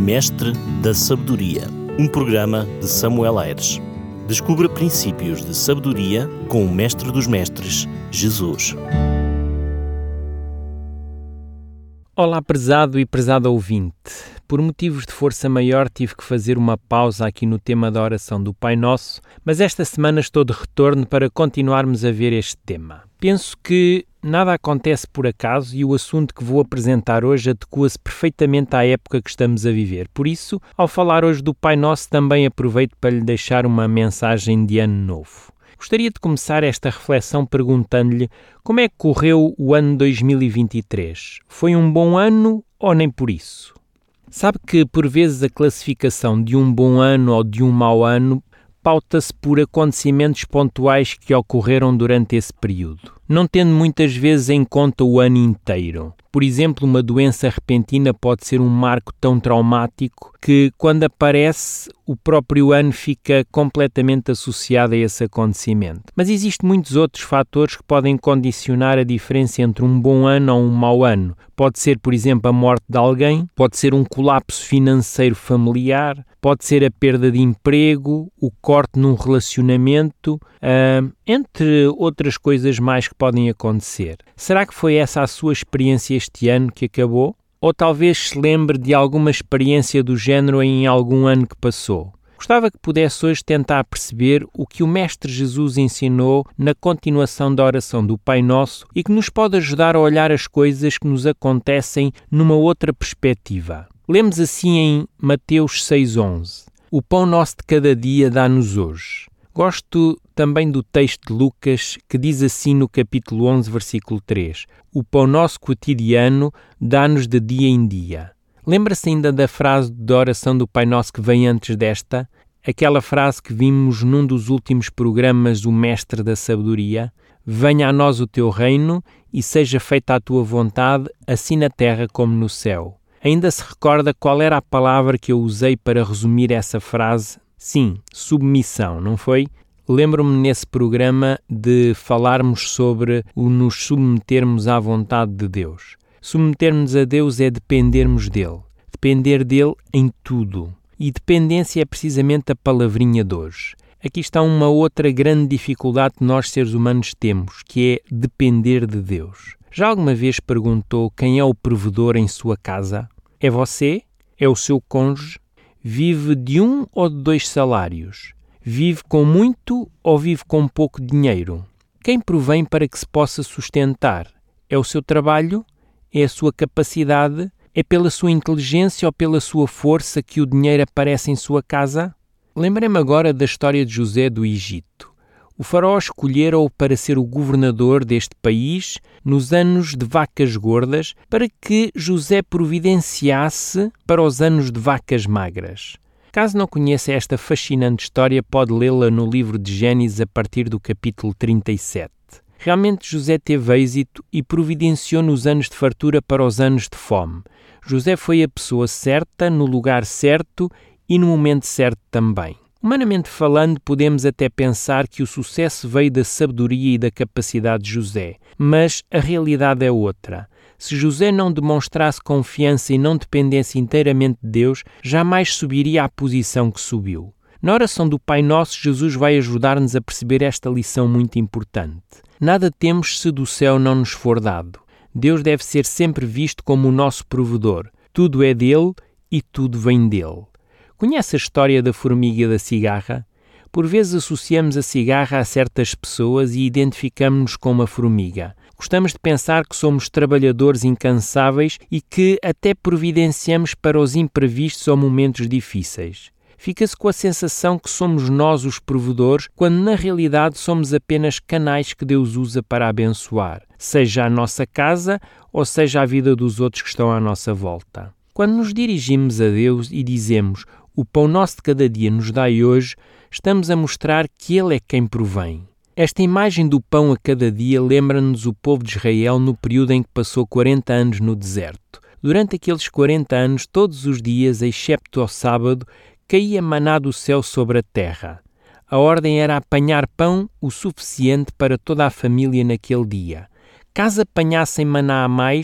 Mestre da Sabedoria, um programa de Samuel Ayres. Descubra princípios de sabedoria com o Mestre dos Mestres, Jesus. Olá, prezado e prezada ouvinte. Por motivos de força maior tive que fazer uma pausa aqui no tema da oração do Pai Nosso, mas esta semana estou de retorno para continuarmos a ver este tema. Penso que nada acontece por acaso e o assunto que vou apresentar hoje adequa-se perfeitamente à época que estamos a viver. Por isso, ao falar hoje do Pai Nosso, também aproveito para lhe deixar uma mensagem de Ano Novo. Gostaria de começar esta reflexão perguntando-lhe como é que correu o ano 2023. Foi um bom ano ou nem por isso? Sabe que, por vezes, a classificação de um bom ano ou de um mau ano pauta-se por acontecimentos pontuais que ocorreram durante esse período, não tendo muitas vezes em conta o ano inteiro. Por exemplo, uma doença repentina pode ser um marco tão traumático que, quando aparece, o próprio ano fica completamente associado a esse acontecimento. Mas existem muitos outros fatores que podem condicionar a diferença entre um bom ano ou um mau ano. Pode ser, por exemplo, a morte de alguém, pode ser um colapso financeiro familiar, pode ser a perda de emprego, o corte num relacionamento, entre outras coisas mais que podem acontecer. Será que foi essa a sua experiência este ano que acabou? Ou talvez se lembre de alguma experiência do género em algum ano que passou? Gostava que pudesse hoje tentar perceber o que o Mestre Jesus ensinou na continuação da oração do Pai Nosso e que nos pode ajudar a olhar as coisas que nos acontecem numa outra perspectiva. Lemos assim em Mateus 6,11: O pão nosso de cada dia dá-nos hoje. Gosto também do texto de Lucas, que diz assim no capítulo 11, versículo 3: O pão nosso quotidiano dá-nos de dia em dia. Lembra-se ainda da frase da oração do Pai Nosso que vem antes desta? Aquela frase que vimos num dos últimos programas, o Mestre da Sabedoria: Venha a nós o teu reino e seja feita a tua vontade, assim na terra como no céu. Ainda se recorda qual era a palavra que eu usei para resumir essa frase? Sim, submissão, não foi? Lembro-me nesse programa de falarmos sobre o nos submetermos à vontade de Deus. Submetermos a Deus é dependermos dele. Depender dele em tudo. E dependência é precisamente a palavrinha de hoje. Aqui está uma outra grande dificuldade que nós seres humanos temos, que é depender de Deus. Já alguma vez perguntou quem é o provedor em sua casa? É você? É o seu cônjuge? Vive de um ou de dois salários? Vive com muito ou vive com pouco dinheiro? Quem provém para que se possa sustentar? É o seu trabalho? É a sua capacidade? É pela sua inteligência ou pela sua força que o dinheiro aparece em sua casa? Lembrei-me agora da história de José do Egito. O faraó escolhera-o para ser o governador deste país nos anos de vacas gordas, para que José providenciasse para os anos de vacas magras. Caso não conheça esta fascinante história, pode lê-la no livro de Gênesis a partir do capítulo 37. Realmente José teve êxito e providenciou nos anos de fartura para os anos de fome. José foi a pessoa certa, no lugar certo e no momento certo também. Humanamente falando, podemos até pensar que o sucesso veio da sabedoria e da capacidade de José, mas a realidade é outra. Se José não demonstrasse confiança e não dependesse inteiramente de Deus, jamais subiria à posição que subiu. Na oração do Pai Nosso, Jesus vai ajudar-nos a perceber esta lição muito importante. Nada temos se do céu não nos for dado. Deus deve ser sempre visto como o nosso provedor. Tudo é dele e tudo vem dele. Conhece a história da formiga e da cigarra? Por vezes associamos a cigarra a certas pessoas e identificamos-nos com uma formiga. Gostamos de pensar que somos trabalhadores incansáveis e que até providenciamos para os imprevistos ou momentos difíceis. Fica-se com a sensação que somos nós os provedores, quando na realidade somos apenas canais que Deus usa para abençoar, seja a nossa casa ou seja a vida dos outros que estão à nossa volta. Quando nos dirigimos a Deus e dizemos: O pão nosso de cada dia nos dai hoje, estamos a mostrar que Ele é quem provém. Esta imagem do pão a cada dia lembra-nos o povo de Israel no período em que passou 40 anos no deserto. Durante aqueles 40 anos, todos os dias, excepto ao sábado, caía maná do céu sobre a terra. A ordem era apanhar pão o suficiente para toda a família naquele dia. Caso apanhassem maná a mais,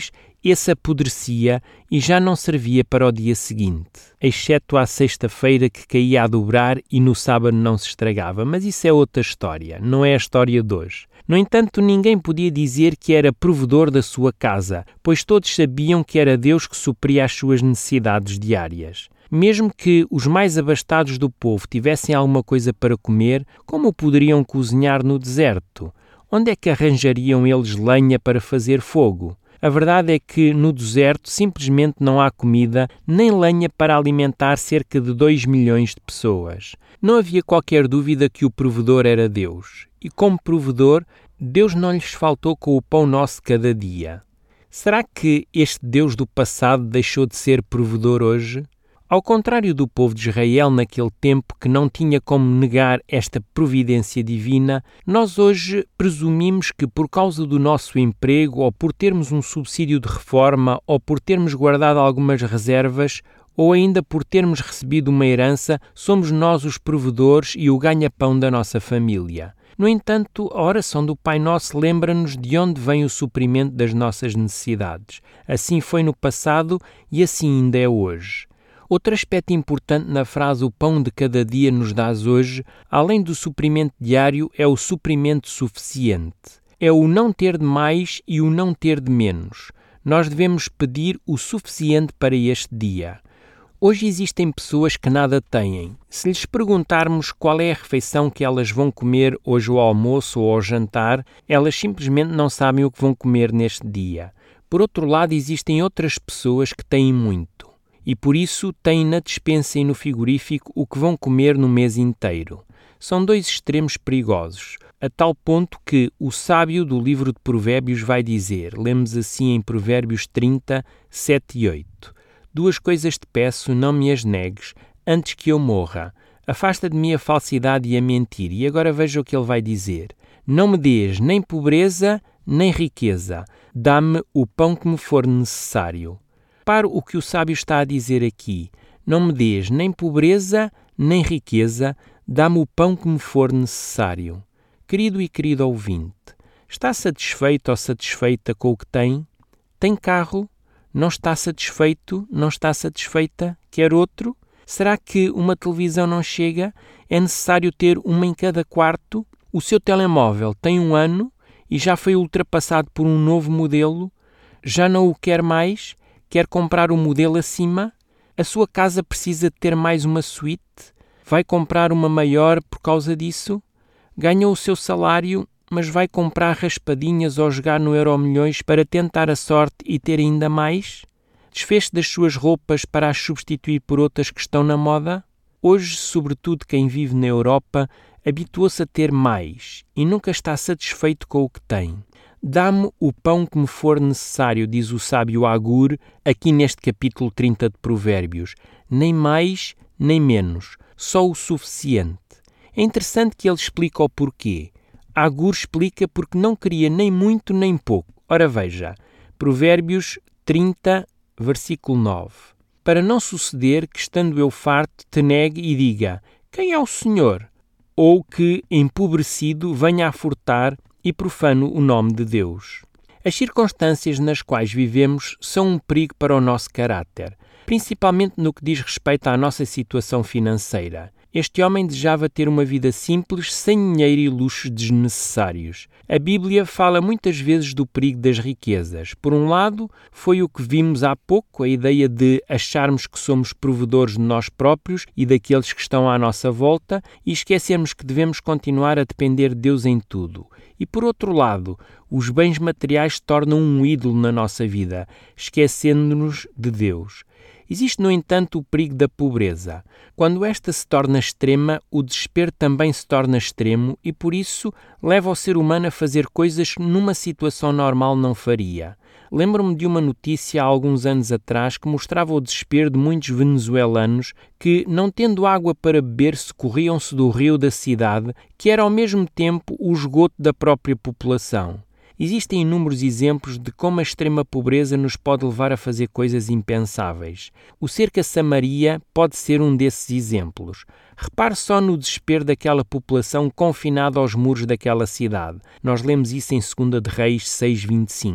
esse apodrecia e já não servia para o dia seguinte, exceto à sexta-feira que caía a dobrar e no sábado não se estragava, mas isso é outra história, não é a história de hoje. No entanto, ninguém podia dizer que era provedor da sua casa, pois todos sabiam que era Deus que supria as suas necessidades diárias. Mesmo que os mais abastados do povo tivessem alguma coisa para comer, como poderiam cozinhar no deserto? Onde é que arranjariam eles lenha para fazer fogo? A verdade é que no deserto simplesmente não há comida nem lenha para alimentar cerca de 2 milhões de pessoas. Não havia qualquer dúvida que o provedor era Deus. E como provedor, Deus não lhes faltou com o pão nosso cada dia. Será que este Deus do passado deixou de ser provedor hoje? Ao contrário do povo de Israel naquele tempo que não tinha como negar esta providência divina, nós hoje presumimos que por causa do nosso emprego ou por termos um subsídio de reforma ou por termos guardado algumas reservas ou ainda por termos recebido uma herança, somos nós os provedores e o ganha-pão da nossa família. No entanto, a oração do Pai Nosso lembra-nos de onde vem o suprimento das nossas necessidades. Assim foi no passado e assim ainda é hoje. Outro aspecto importante na frase "o pão de cada dia nos dás hoje", além do suprimento diário, é o suprimento suficiente. É o não ter de mais e o não ter de menos. Nós devemos pedir o suficiente para este dia. Hoje existem pessoas que nada têm. Se lhes perguntarmos qual é a refeição que elas vão comer hoje ao almoço ou ao jantar, elas simplesmente não sabem o que vão comer neste dia. Por outro lado, existem outras pessoas que têm muito. E por isso têm na despensa e no frigorífico o que vão comer no mês inteiro. São dois extremos perigosos, a tal ponto que o sábio do livro de Provérbios vai dizer, lemos assim em Provérbios 30, 7 e 8, "Duas coisas te peço, não me as negues, antes que eu morra. Afasta de mim a falsidade e a mentira." E agora veja o que ele vai dizer. "Não me dês nem pobreza, nem riqueza. Dá-me o pão que me for necessário." Repare o que o sábio está a dizer aqui. Não me dês nem pobreza, nem riqueza, dá-me o pão que me for necessário. Querido e querido ouvinte, está satisfeito ou satisfeita com o que tem? Tem carro? Não está satisfeito? Não está satisfeita? Quer outro? Será que uma televisão não chega? É necessário ter uma em cada quarto? O seu telemóvel tem 1 ano e já foi ultrapassado por um novo modelo? Já não o quer mais? Quer comprar um modelo acima? A sua casa precisa de ter mais uma suíte? Vai comprar uma maior por causa disso? Ganhou o seu salário, mas vai comprar raspadinhas ou jogar no Euromilhões para tentar a sorte e ter ainda mais? Desfez-se das suas roupas para as substituir por outras que estão na moda? Hoje, sobretudo quem vive na Europa, habituou-se a ter mais e nunca está satisfeito com o que tem. Dá-me o pão que me for necessário, diz o sábio Agur, aqui neste capítulo 30 de Provérbios. Nem mais, nem menos, só o suficiente. É interessante que ele explica o porquê. Agur explica porque não queria nem muito nem pouco. Ora veja, Provérbios 30, versículo 9. "Para não suceder que, estando eu farto, te negue e diga, quem é o Senhor? Ou que, empobrecido, venha a furtar e profano o nome de Deus." As circunstâncias nas quais vivemos são um perigo para o nosso caráter, principalmente no que diz respeito à nossa situação financeira. Este homem desejava ter uma vida simples, sem dinheiro e luxos desnecessários. A Bíblia fala muitas vezes do perigo das riquezas. Por um lado, foi o que vimos há pouco, a ideia de acharmos que somos provedores de nós próprios e daqueles que estão à nossa volta e esquecermos que devemos continuar a depender de Deus em tudo. E por outro lado, os bens materiais se tornam um ídolo na nossa vida, esquecendo-nos de Deus. Existe, no entanto, o perigo da pobreza. Quando esta se torna extrema, o desespero também se torna extremo e, por isso, leva o ser humano a fazer coisas que numa situação normal não faria. Lembro-me de uma notícia há alguns anos atrás que mostrava o desespero de muitos venezuelanos que, não tendo água para beber, socorriam-se do rio da cidade, que era ao mesmo tempo o esgoto da própria população. Existem inúmeros exemplos de como a extrema pobreza nos pode levar a fazer coisas impensáveis. O cerca-Samaria pode ser um desses exemplos. Repare só no desespero daquela população confinada aos muros daquela cidade. Nós lemos isso em 2 de Reis 6:25.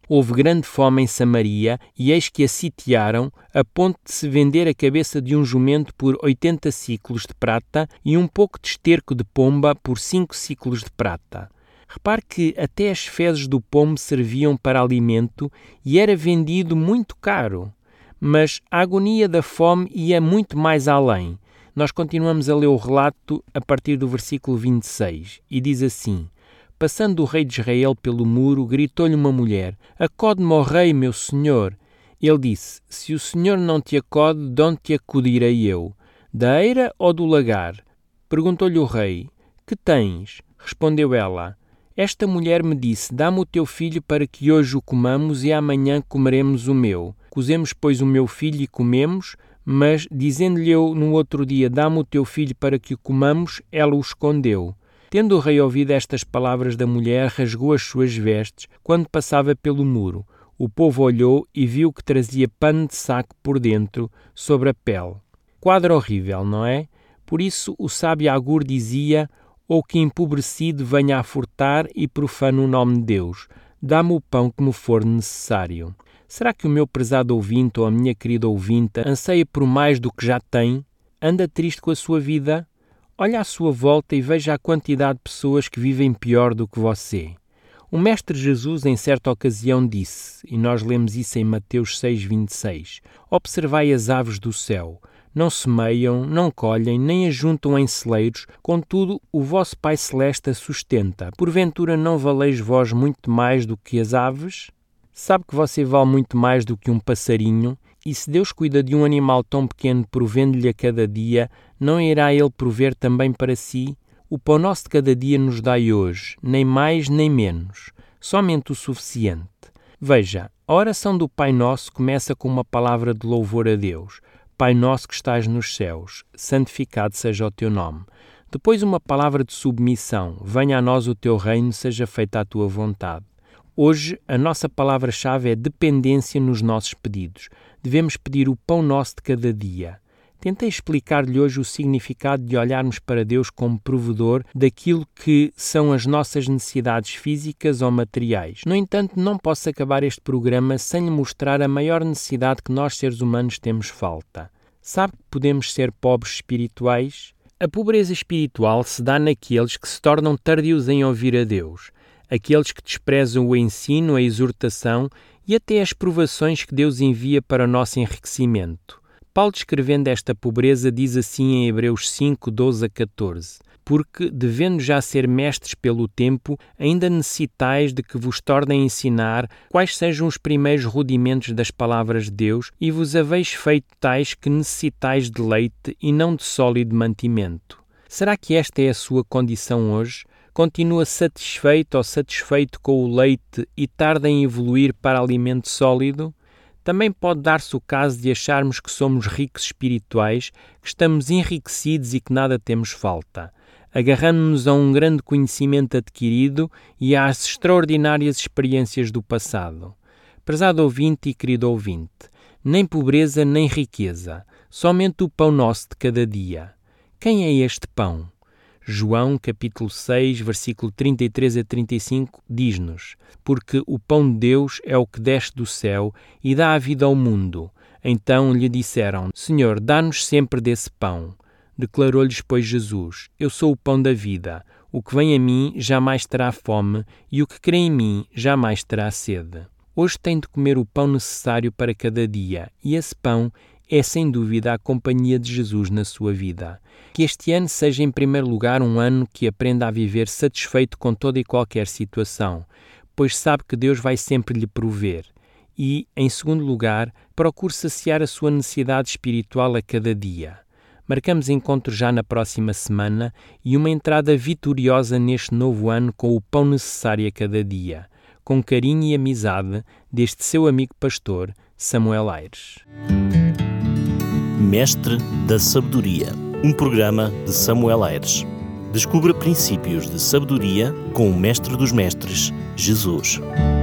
houve grande fome em Samaria, e eis que a sitiaram, a ponto de se vender a cabeça de um jumento por 80 siclos de prata e um pouco de esterco de pomba por 5 siclos de prata. Repare que até as fezes do pombo serviam para alimento e era vendido muito caro. Mas a agonia da fome ia muito mais além. Nós continuamos a ler o relato a partir do versículo 26 e diz assim: Passando o rei de Israel pelo muro, gritou-lhe uma mulher: Acode-me, ó rei, meu senhor. Ele disse: Se o senhor não te acode, de onde te acudirei eu? Da eira ou do lagar? Perguntou-lhe o rei: Que tens? Respondeu ela: Esta mulher me disse: Dá-me o teu filho para que hoje o comamos e amanhã comeremos o meu. Cozemos, pois, o meu filho e comemos, mas, dizendo-lhe eu no outro dia: Dá-me o teu filho para que o comamos, ela o escondeu. Tendo o rei ouvido estas palavras da mulher, rasgou as suas vestes, quando passava pelo muro. O povo olhou e viu que trazia pano de saco por dentro, sobre a pele. Quadro horrível, não é? Por isso o sábio Agur dizia: Ou que empobrecido venha a furtar e profane o nome de Deus. Dá-me o pão que me for necessário. Será que o meu prezado ouvinte ou a minha querida ouvinte anseia por mais do que já tem? Anda triste com a sua vida? Olha à sua volta e veja a quantidade de pessoas que vivem pior do que você. O Mestre Jesus, em certa ocasião, disse, e nós lemos isso em Mateus 6,26, Observai as aves do céu. Não semeiam, não colhem, nem ajuntam em celeiros, contudo o vosso Pai Celeste a sustenta. Porventura não valeis vós muito mais do que as aves? Sabe que você vale muito mais do que um passarinho? E se Deus cuida de um animal tão pequeno, provendo-lhe a cada dia, não irá Ele prover também para si? O pão nosso de cada dia nos dai hoje, nem mais nem menos, somente o suficiente. Veja, a oração do Pai Nosso começa com uma palavra de louvor a Deus. Pai nosso que estás nos céus, santificado seja o teu nome. Depois uma palavra de submissão, venha a nós o teu reino, seja feita a tua vontade. Hoje a nossa palavra-chave é dependência nos nossos pedidos. Devemos pedir o pão nosso de cada dia. Tentei explicar-lhe hoje o significado de olharmos para Deus como provedor daquilo que são as nossas necessidades físicas ou materiais. No entanto, não posso acabar este programa sem lhe mostrar a maior necessidade que nós, seres humanos, temos falta. Sabe que podemos ser pobres espirituais? A pobreza espiritual se dá naqueles que se tornam tardios em ouvir a Deus, aqueles que desprezam o ensino, a exortação e até as provações que Deus envia para o nosso enriquecimento. Paulo, descrevendo esta pobreza, diz assim em Hebreus 5, 12 a 14: Porque, devendo já ser mestres pelo tempo, ainda necessitais de que vos tornem a ensinar quais sejam os primeiros rudimentos das palavras de Deus, e vos haveis feito tais que necessitais de leite e não de sólido mantimento. Será que esta é a sua condição hoje? Continua satisfeito ou satisfeito com o leite e tarda em evoluir para alimento sólido? Também pode dar-se o caso de acharmos que somos ricos espirituais, que estamos enriquecidos e que nada temos falta, agarrando-nos a um grande conhecimento adquirido e às extraordinárias experiências do passado. Prezado ouvinte e querido ouvinte, nem pobreza nem riqueza, somente o pão nosso de cada dia. Quem é este pão? João, capítulo 6, versículo 33 a 35, diz-nos: Porque o pão de Deus é o que desce do céu e dá a vida ao mundo. Então lhe disseram: Senhor, dá-nos sempre desse pão. Declarou-lhes, pois, Jesus: Eu sou o pão da vida. O que vem a mim jamais terá fome, e o que crê em mim jamais terá sede. Hoje tem de comer o pão necessário para cada dia, e esse pão é sem dúvida a companhia de Jesus na sua vida. Que este ano seja em primeiro lugar um ano que aprenda a viver satisfeito com toda e qualquer situação, pois sabe que Deus vai sempre lhe prover. E, em segundo lugar, procure saciar a sua necessidade espiritual a cada dia. Marcamos encontro já na próxima semana e uma entrada vitoriosa neste novo ano com o pão necessário a cada dia. Com carinho e amizade, deste seu amigo pastor, Samuel Aires. Mestre da Sabedoria, um programa de Samuel Aires. Descubra princípios de sabedoria com o Mestre dos Mestres, Jesus.